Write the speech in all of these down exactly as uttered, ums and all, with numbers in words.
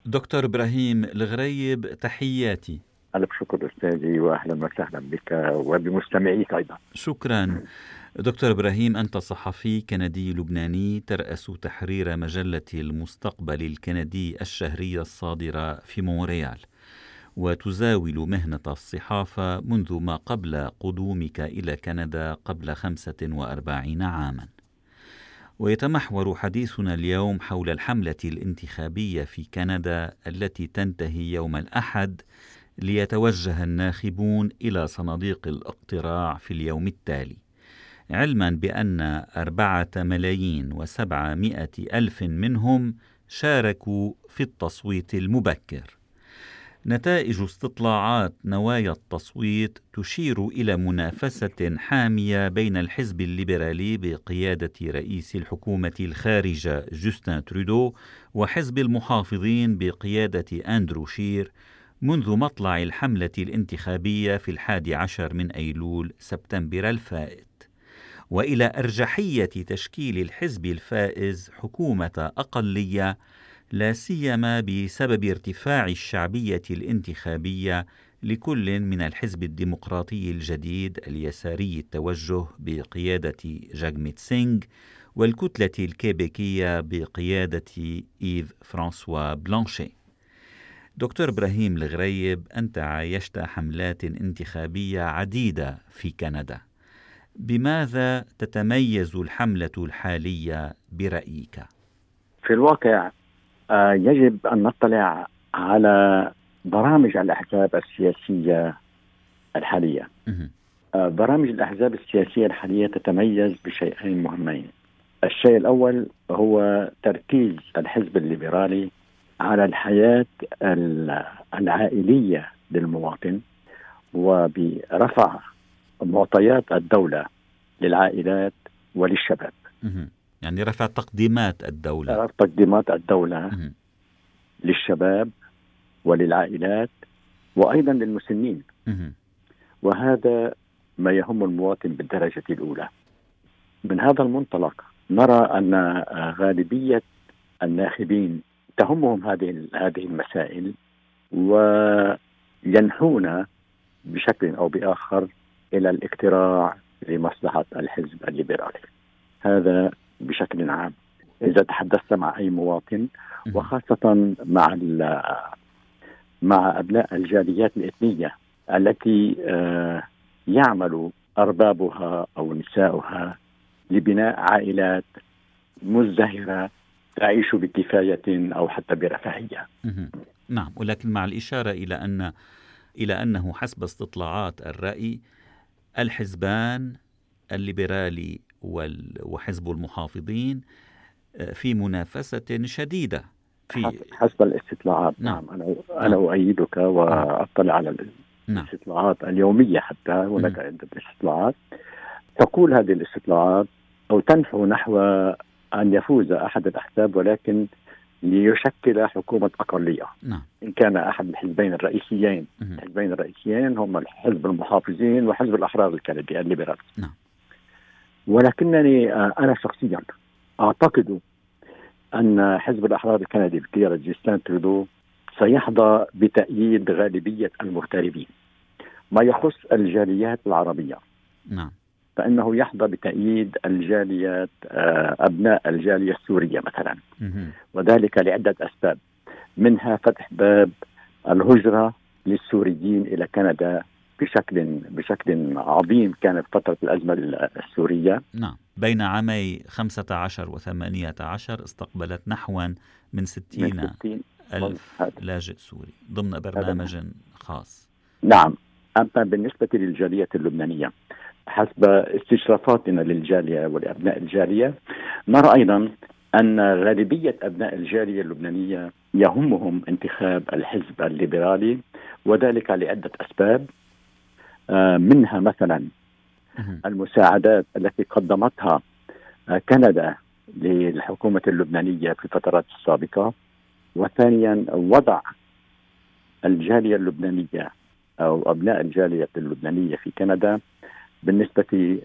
دكتور إبراهيم الغريب، تحياتي. ألف شكر أستاذي، وأهلا وسهلا بك وبمستمعيك أيضا. شكرا. دكتور إبراهيم، أنت صحفي كندي لبناني ترأس تحرير مجلة المستقبل الكندي الشهرية الصادرة في مونريال، وتزاول مهنة الصحافة منذ ما قبل قدومك إلى كندا قبل خمسة وأربعين عاما. ويتمحور حديثنا اليوم حول الحملة الانتخابية في كندا التي تنتهي يوم الأحد، ليتوجه الناخبون إلى صناديق الاقتراع في اليوم التالي، علما بأن أربعة ملايين وسبعمائة ألف منهم شاركوا في التصويت المبكر. نتائج استطلاعات نوايا التصويت تشير إلى منافسة حامية بين الحزب الليبرالي بقيادة رئيس الحكومة الخارجة جوستن ترودو وحزب المحافظين بقيادة أندرو شير منذ مطلع الحملة الانتخابية في الحادي عشر من أيلول سبتمبر الفائت، وإلى أرجحية تشكيل الحزب الفائز حكومة أقلية، لا سيما بسبب ارتفاع الشعبية الانتخابية لكل من الحزب الديمقراطي الجديد اليساري التوجه بقيادة جاغميت سينغ والكتلة الكيبيكية بقيادة إيف فرانسوا بلانشي. دكتور إبراهيم الغريب، أنت عايشت حملات انتخابية عديدة في كندا، بماذا تتميز الحملة الحالية برأيك؟ في الواقع آه يجب أن نطلع على برامج الأحزاب السياسية الحالية. آه برامج الأحزاب السياسية الحالية تتميز بشيئين مهمين. الشيء الأول هو تركيز الحزب الليبرالي على الحياة العائلية للمواطن، وبرفع معطيات الدولة للعائلات وللشباب. يعني رفع تقديمات الدولة رفع تقديمات الدولة مه. للشباب وللعائلات وأيضا للمسنين، مه. وهذا ما يهم المواطن بالدرجة الأولى. من هذا المنطلق نرى أن غالبية الناخبين تهمهم هذه هذه المسائل، وينحون بشكل أو بآخر إلى الاقتراع لمصلحة الحزب الليبرالي. هذا بشكل عام إذا تحدثت مع أي مواطن، وخاصة مع مع أبناء الجاليات الإثنية التي يعمل أربابها أو نساؤها لبناء عائلات مزدهرة تعيش بكفاية أو حتى برفاهية. نعم، ولكن مع الإشارة إلى أن إلى أنه حسب استطلاعات الرأي الحزبان الليبرالي وحزب المحافظين في منافسة شديدة في حسب الاستطلاعات. نعم, نعم. أنا أنا أؤيدك وأطلع على الاستطلاعات نعم. اليومية، حتى هناك عدة استطلاعات تقول هذه الاستطلاعات أو تنحو نحو أن يفوز أحد الأحزاب، ولكن ليشكل حكومة أقلية. نعم. إن كان أحد الحزبين الرئيسيين الحزبين الرئيسيين هم حزب المحافظين وحزب الأحرار الكندي الليبرالي. نعم. ولكنني أنا شخصيا أعتقد أن حزب الأحرار الكندي بقيادة جوستن ترودو سيحظى بتأييد غالبية المغتربين. ما يخص الجاليات العربية، نعم، فإنه يحظى بتأييد الجاليات أبناء الجالية السورية مثلا، وذلك لعدة أسباب، منها فتح باب الهجرة للسوريين إلى كندا بشكل بشكل عظيم كانت فترة الأزمة السورية. نعم، بين عامي خمسة عشر وثمانية عشر استقبلت نحو من ستين, من ستين ألف لاجئ سوري ضمن برنامج خاص. نعم. أما بالنسبة للجالية اللبنانية، حسب استشرافاتنا للجالية ولأبناء الجالية، نرى أيضا أن غالبية أبناء الجالية اللبنانية يهمهم انتخاب الحزب الليبرالي، وذلك لعدة أسباب، منها مثلا المساعدات التي قدمتها كندا للحكومة اللبنانية في الفترات السابقة، وثانيا وضع الجالية اللبنانية أو أبناء الجالية اللبنانية في كندا بالنسبة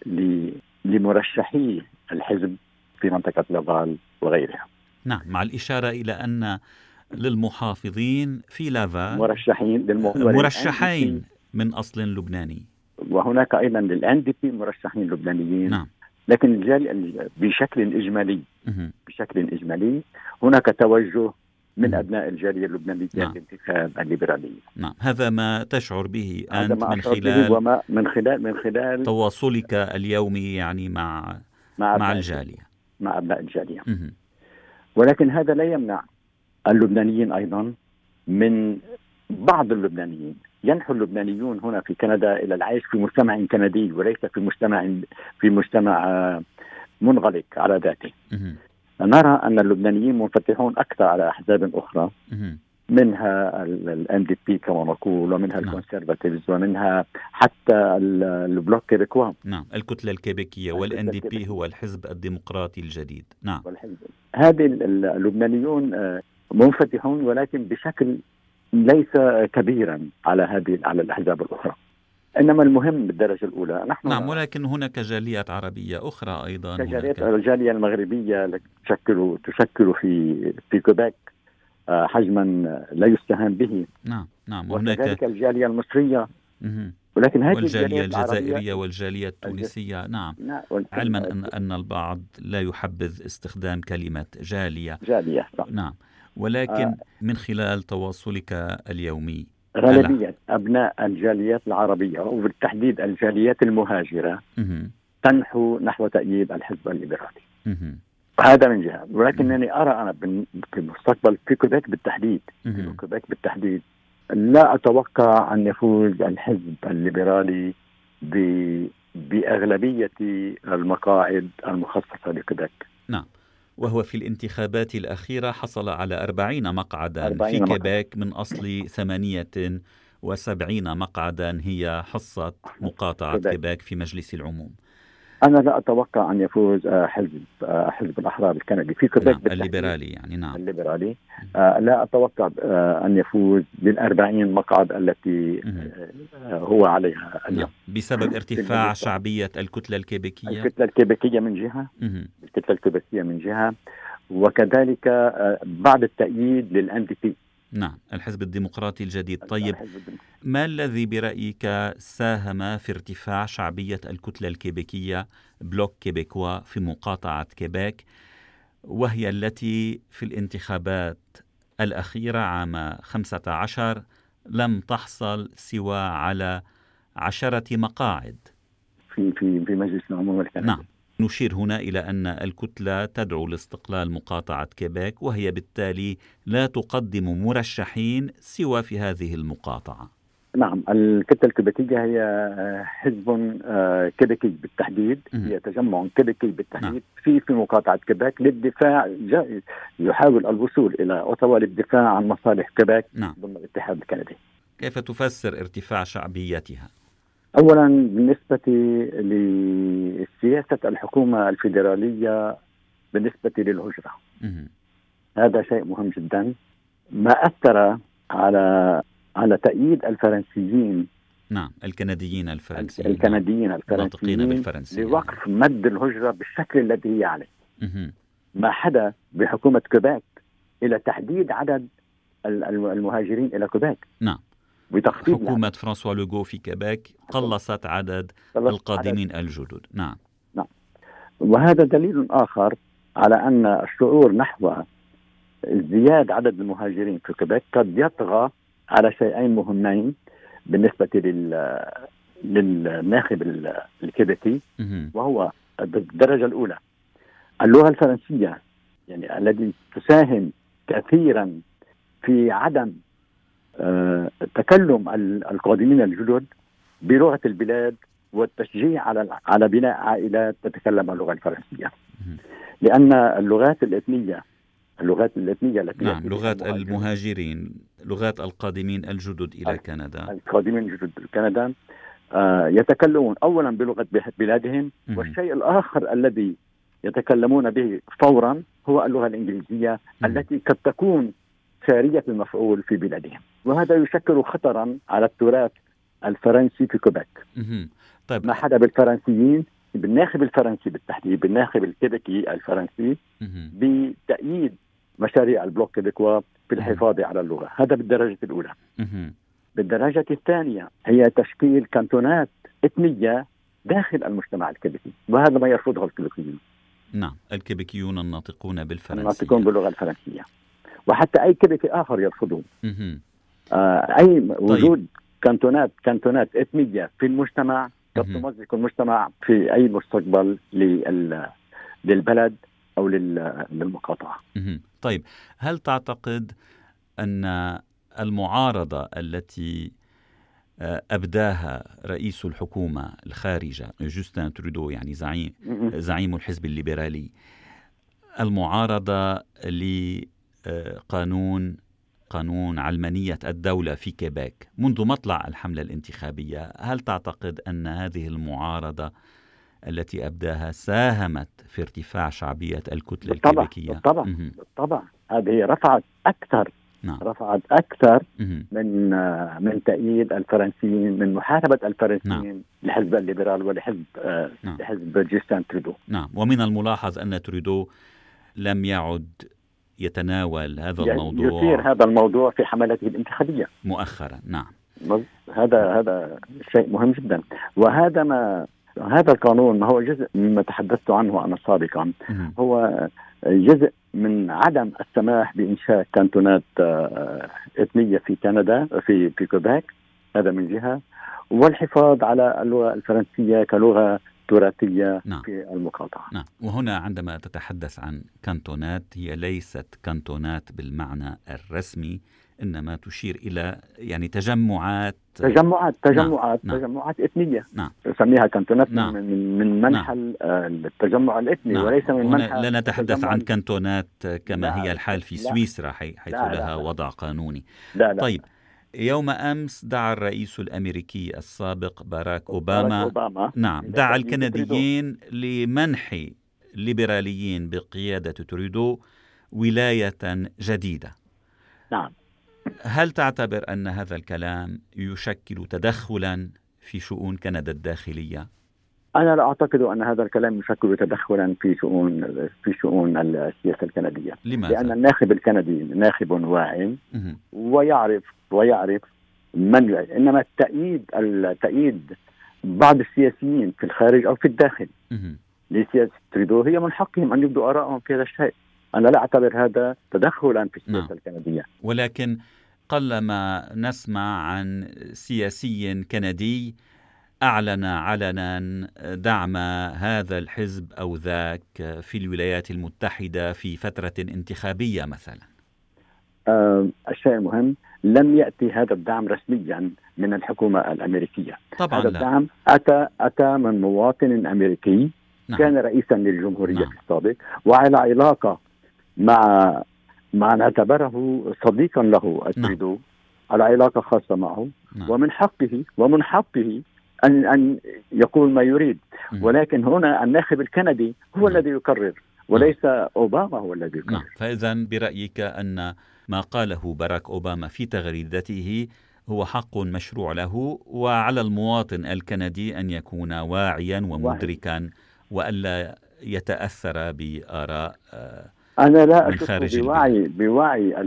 لمرشحي الحزب في منطقة لافال وغيرها. نعم، مع الإشارة إلى أن للمحافظين في لافال مرشحين مرشحين من أصل لبناني، وهناك أيضا للأن دي بي مرشحين لبنانيين. نعم. لكن الجالية بشكل إجمالي مه. بشكل إجمالي هناك توجه من مه. أبناء الجالية اللبنانية نعم. لانتخاب الليبرالية. نعم، هذا ما تشعر به هذا أنت ما من خلال وما من خلال من خلال تواصلك اليومي يعني مع مع, مع الجالية مع أبناء الجالية. مه. ولكن هذا لا يمنع اللبنانيين أيضا من بعض اللبنانيين ينحو اللبنانيون هنا في كندا إلى العيش في مجتمع كندي وليس في مجتمع في مجتمع منغلق على ذاته. مه. نرى أن اللبنانيين منفتحون أكثر على أحزاب أخرى، مه. منها الان دي بي كما نقول، ومنها الكونسرفاتيفز، ومنها حتى البلوك كيبيكوا. نعم، الكتلة الكيبيكية، والان دي بي هو الحزب الديمقراطي الجديد. نعم. هذه اللبنانيون منفتحون ولكن بشكل ليس كبيرا على هذه على الأحزاب الأخرى. إنما المهم بالدرجة الأولى نحن نعم، ولكن هناك جاليات عربية أخرى أيضا، كجاليات الجالية المغربية تشكل تشكل في في كيبيك حجما لا يستهان به. نعم نعم، وهناك الجالية المصرية، مه. ولكن هذه والجالية الجزائرية والجالية التونسية. نعم, نعم. علما أن, أن البعض لا يحبذ استخدام كلمة جالية جالية نعم، ولكن آه. من خلال تواصلك اليومي غالبية أبناء الجاليات العربية وبالتحديد الجاليات المهاجرة مه. تنحو نحو تأييد الحزب الليبرالي. مه. هذا من جهة. ولكنني أرى أنا في المستقبل في كيبيك بالتحديد مه. في كيبيك بالتحديد لا أتوقع أن يفوز الحزب الليبرالي بأغلبية المقاعد المخصصة لكيبيك. نعم، وهو في الانتخابات الأخيرة حصل على أربعين مقعدا أربعين في كيبيك من أصل ثمانية وسبعين مقعدا هي حصة مقاطعة كيبيك. كيبيك في مجلس العموم. أنا لا أتوقع أن يفوز حزب حزب الأحرار الكندي في كيبيك نعم. الليبرالي يعني نعم الليبرالي لا أتوقع أن يفوز بالأربعين مقعد التي هو عليها اليوم. نعم. بسبب ارتفاع شعبية الكتلة الكيبيكية الكتلة الكيبيكية من جهة مه. الكتلة الكيبيكية من جهة، وكذلك بعد التأييد للان دي بي. نعم، الحزب الديمقراطي الجديد. طيب، ما الذي برأيك ساهم في ارتفاع شعبية الكتلة الكيبيكية بلوك كيبيكوا في مقاطعة كيبيك، وهي التي في الانتخابات الأخيرة عام خمسة عشر لم تحصل سوى على عشرة مقاعد في في في مجلس العموم الكندي؟ نعم. نشير هنا إلى أن الكتلة تدعو لاستقلال مقاطعة كيبيك، وهي بالتالي لا تقدم مرشحين سوى في هذه المقاطعة. نعم، الكتلة الكيبيكية هي حزب كيبيكي بالتحديد، هي تجمع كيبيكي بالتحديد نعم. في في مقاطعة كيبيك للدفاع، يحاول الوصول إلى أوتاوا للدفاع عن مصالح كيبيك نعم. ضمن الاتحاد الكندي. كيف تفسر ارتفاع شعبيتها؟ أولا بالنسبة لسياسة الحكومة الفيدرالية بالنسبة للهجرة، مه. هذا شيء مهم جدا، ما أثر على على تأييد الفرنسيين نعم الكنديين الفرنسيين الكنديين الفرنسيين بالفرنسية لوقف مد الهجرة بالشكل الذي هي عليه. مه. ما حدث بحكومة كيبيك إلى تحديد عدد المهاجرين إلى كيبيك. نعم، حكومة فرانسوا لوغو في كيبيك قلصت عدد القادمين عدد. الجدد. نعم نعم، وهذا دليل آخر على أن الشعور نحو ازدياد عدد المهاجرين في كيبيك قد يطغى على شيئين مهمين بالنسبة لل للناخب الكيبيكي، وهو بالدرجة الأولى اللغة الفرنسية، يعني التي تساهم كثيرا في عدم أه تكلم القادمين الجدد بلغة البلاد والتشجيع على على بناء عائلات تتكلم اللغة الفرنسية، لأن اللغات الإثنية اللغات الإثنية التي نعم لغات المهاجرين، لغات القادمين الجدد إلى كندا القادمين الجدد إلى كندا آه يتكلمون أولا بلغة بلادهم، م- والشيء الآخر الذي يتكلمون به فورا هو اللغة الإنجليزية م- التي قد تكون سارية المفعول في بلادهم، وهذا يشكل خطرا على التراث الفرنسي في كيبيك. طيب، ما حدا بالفرنسيين، بالناخب الفرنسي بالتحديد، بالناخب الكيبيكي الفرنسي، بتأييد مشاريع البلوك كيبيكوا في الحفاظ على اللغة. هذا بالدرجة الأولى. مه. بالدرجة الثانية هي تشكيل كانتونات إثنية داخل المجتمع الكيبيكي، وهذا ما يرفضه الكيبيكيون. نعم، الكيبيكيون الناطقون بالفرنسية، الناطقون باللغة الفرنسية، وحتى أي كيبيكي آخر يرفضه. آه أي وجود طيب. كانتونات كانتونات إثنية في المجتمع قد تمزق المجتمع في أي مستقبل للبلد أو للمقاطعة. طيب، هل تعتقد أن المعارضة التي أبداها رئيس الحكومة الخارجة جوستين ترودو، يعني زعيم زعيم الحزب الليبرالي، المعارضة لقانون قانون علمانية الدولة في كيبيك منذ مطلع الحملة الانتخابية، هل تعتقد أن هذه المعارضة التي أبداها ساهمت في ارتفاع شعبية الكتلة بالطبع الكيبيكية؟ بالطبع بالطبع هذه رفعت أكثر نعم. رفعت أكثر مه. من من تأييد الفرنسيين، من محاربة الفرنسيين نعم. لحزب الليبرال ولحزب نعم. لحزب جوستين ترودو. نعم، ومن الملاحظ أن ترودو لم يعد يتناول هذا الموضوع، يثير هذا الموضوع في حملته الانتخابية مؤخرا. نعم، هذا هذا شيء مهم جدا. وهذا ما هذا القانون ما هو جزء مما تحدثت عنه أنا سابقا، هو جزء من عدم السماح بإنشاء كانتونات إثنية في كندا في في كيبيك، هذا من جهة، والحفاظ على اللغة الفرنسية كلغة تراثية نعم. في المقاطعة. نعم. وهنا عندما تتحدث عن كانتونات، هي ليست كانتونات بالمعنى الرسمي، إنما تشير إلى يعني تجمعات تجمعات تجمعات نعم. تجمعات إثنية نعم. تسميها كانتونات نعم. من من منحى نعم. التجمع الإثني نعم. وليس من منحى. لا نتحدث عن كانتونات كما لا. هي الحال في لا. سويسرا حيث لا. لها لا. وضع قانوني. لا. لا. طيب، يوم أمس دعا الرئيس الأمريكي السابق باراك أوباما, أوباما. نعم دعا الكنديين لمنح الليبراليين بقيادة ترودو ولاية جديدة. نعم. هل تعتبر أن هذا الكلام يشكل تدخلا في شؤون كندا الداخلية؟ أنا لا أعتقد أن هذا الكلام يشكل تدخلا في شؤون في شؤون السياسة الكندية. لماذا؟ لأن الناخب الكندي ناخب واعي ويعرف ويعرف من يعرف. إنما التأييد التأييد بعض السياسيين في الخارج أو في الداخل لسياسة ترودو هي من حقهم أن يبدوا آراءهم في هذا الشيء. أنا لا أعتبر هذا تدخلا في السياسة نعم. الكندية. ولكن قلما نسمع عن سياسي كندي أعلن علنا دعم هذا الحزب أو ذاك في الولايات المتحدة في فترة انتخابية مثلا. أه الشيء المهم، لم يأتي هذا الدعم رسميا من الحكومة الأمريكية. طبعا هذا لا. الدعم أتى أتى من مواطن أمريكي نعم. كان رئيسا للجمهورية نعم. السابق، وعلى علاقة مع مع نعتبره صديقا له ترودو نعم. على علاقة خاصة معه نعم. ومن حقه ومن حقه أن أن يقول ما يريد. م. ولكن هنا الناخب الكندي هو نعم. الذي يقرر وليس نعم. أوباما هو الذي يقرر. نعم. فإذا برأيك أن ما قاله باراك أوباما في تغريدته هو حق مشروع له، وعلى المواطن الكندي أن يكون واعيا ومدركا وألا يتأثر بآراء أنا لا أشك بوعي بوعي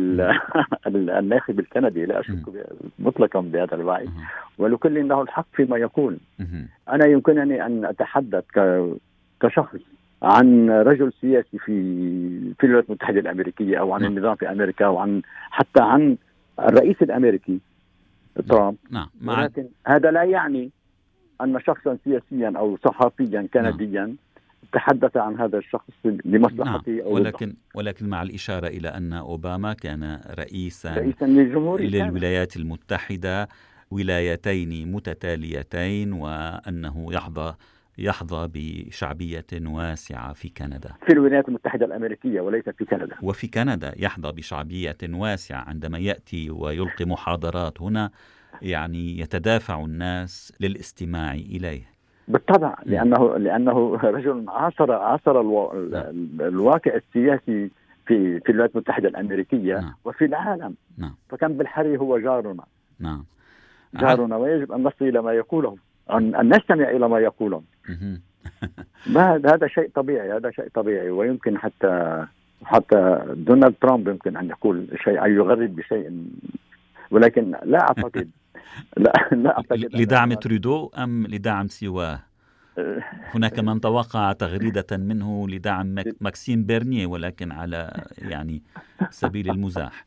الناخب الكندي، لا أشك مطلقا بهذا الوعي، ولكل له الحق فيما يقول. أنا يمكنني أن أتحدث كشخص عن رجل سياسي في في الولايات المتحدة الأمريكية أو عن النظام في أمريكا وعن حتى عن الرئيس الأمريكي ترامب، ولكن هذا لا يعني أن شخصا سياسيا أو صحفيا كنديا تحدث عن هذا الشخص لمصلحته نعم. أو ولكن ولكن مع الإشارة إلى أن أوباما كان رئيسا, رئيسا للولايات المتحدة، ولايتين متتاليتين، وأنه يحظى يحظى بشعبية واسعة في كندا، في الولايات المتحدة الأمريكية وليس في كندا. وفي كندا يحظى بشعبية واسعة. عندما يأتي ويلقي محاضرات هنا يعني يتدافع الناس للاستماع إليه. بالطبع، لأنه لأنه رجل عاصر عاصر الو... الواقع السياسي في في الولايات المتحدة الأمريكية نعم. وفي العالم نعم. فكان بالحري هو جارنا نعم. جارنا ويجب أن نصل إلى ما يقوله، أن, أن نستمع إلى ما يقوله. ما هذا شيء طبيعي، هذا شيء طبيعي، ويمكن حتى حتى دونالد ترامب يمكن أن يقول شيء أو يغرد بشيء، ولكن لا أعتقد لا لا أعتقد لدعم ترودو أم لدعم سواه. هناك من توقع تغريدة منه لدعم ماكسيم بيرنيه، ولكن على يعني سبيل المزاح.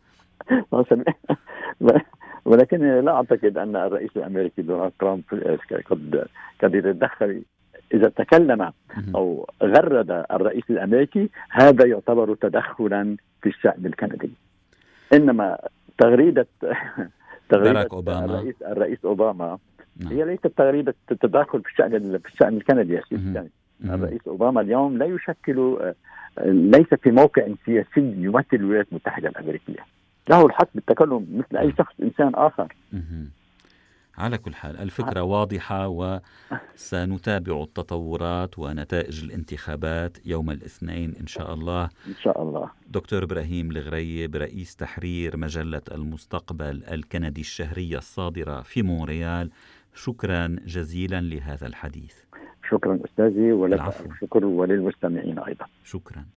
ولكن لا أعتقد أن الرئيس الأمريكي دونالد ترامب قد قد يتدخل. إذا تكلم أو غرد الرئيس الأمريكي هذا يعتبر تدخلا في الشأن الكندي. إنما تغريدة باراك أوباما الرئيس الرئيس أوباما هي ليست تغريدة التدخل في الشأن في الشأن الكندي يا سيدي. الرئيس أوباما اليوم لا يشكل ليس في موقع سياسي يمثل الولايات المتحدة الأمريكية، له الحق بالتكلم مثل أي شخص إنسان آخر. على كل حال الفكرة واضحة، وسنتابع التطورات ونتائج الانتخابات يوم الاثنين إن شاء الله. إن شاء الله. دكتور إبراهيم الغريب، رئيس تحرير مجلة المستقبل الكندي الشهرية الصادرة في مونريال، شكرا جزيلا لهذا الحديث. شكرا أستاذي، ولك الشكر وللمستمعين أيضا. شكرا.